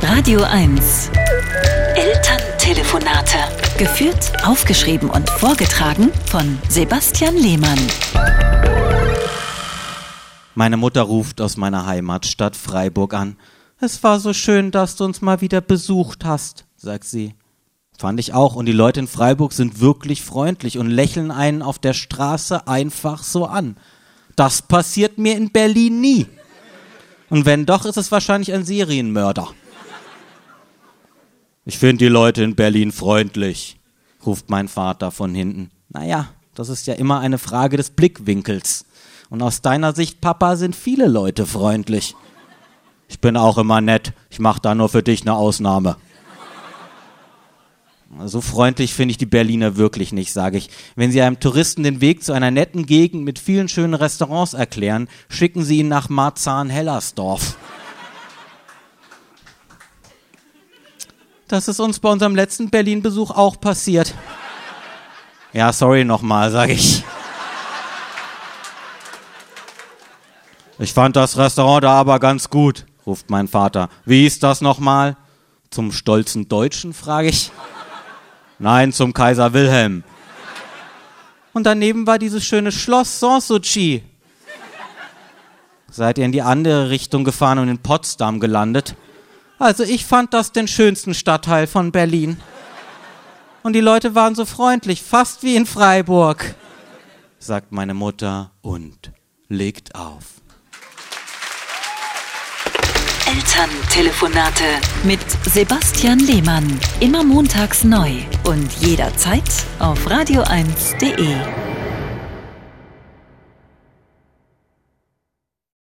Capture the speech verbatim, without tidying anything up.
Radio eins. Elterntelefonate. Geführt, aufgeschrieben und vorgetragen von Sebastian Lehmann. Meine Mutter ruft aus meiner Heimatstadt Freiburg an. Es war so schön, dass du uns mal wieder besucht hast, sagt sie. Fand ich auch. Und die Leute in Freiburg sind wirklich freundlich und lächeln einen auf der Straße einfach so an. Das passiert mir in Berlin nie. Und wenn doch, ist es wahrscheinlich ein Serienmörder. Ich finde die Leute in Berlin freundlich, ruft mein Vater von hinten. Naja, das ist ja immer eine Frage des Blickwinkels. Und aus deiner Sicht, Papa, sind viele Leute freundlich. Ich bin auch immer nett. Ich mache da nur für dich eine Ausnahme. So freundlich finde ich die Berliner wirklich nicht, sage ich. Wenn sie einem Touristen den Weg zu einer netten Gegend mit vielen schönen Restaurants erklären, schicken sie ihn nach Marzahn-Hellersdorf. Das ist uns bei unserem letzten Berlin-Besuch auch passiert. Ja, sorry nochmal, sage ich. Ich fand das Restaurant da aber ganz gut, ruft mein Vater. Wie hieß das nochmal? Zum stolzen Deutschen, frage ich. Nein, zum Kaiser Wilhelm. Und daneben war dieses schöne Schloss Sanssouci. Seid ihr in die andere Richtung gefahren und in Potsdam gelandet? Also ich fand das den schönsten Stadtteil von Berlin. Und die Leute waren so freundlich, fast wie in Freiburg, sagt meine Mutter und legt auf. Elterntelefonate mit Sebastian Lehmann. Immer montags neu und jederzeit auf radio eins punkt de.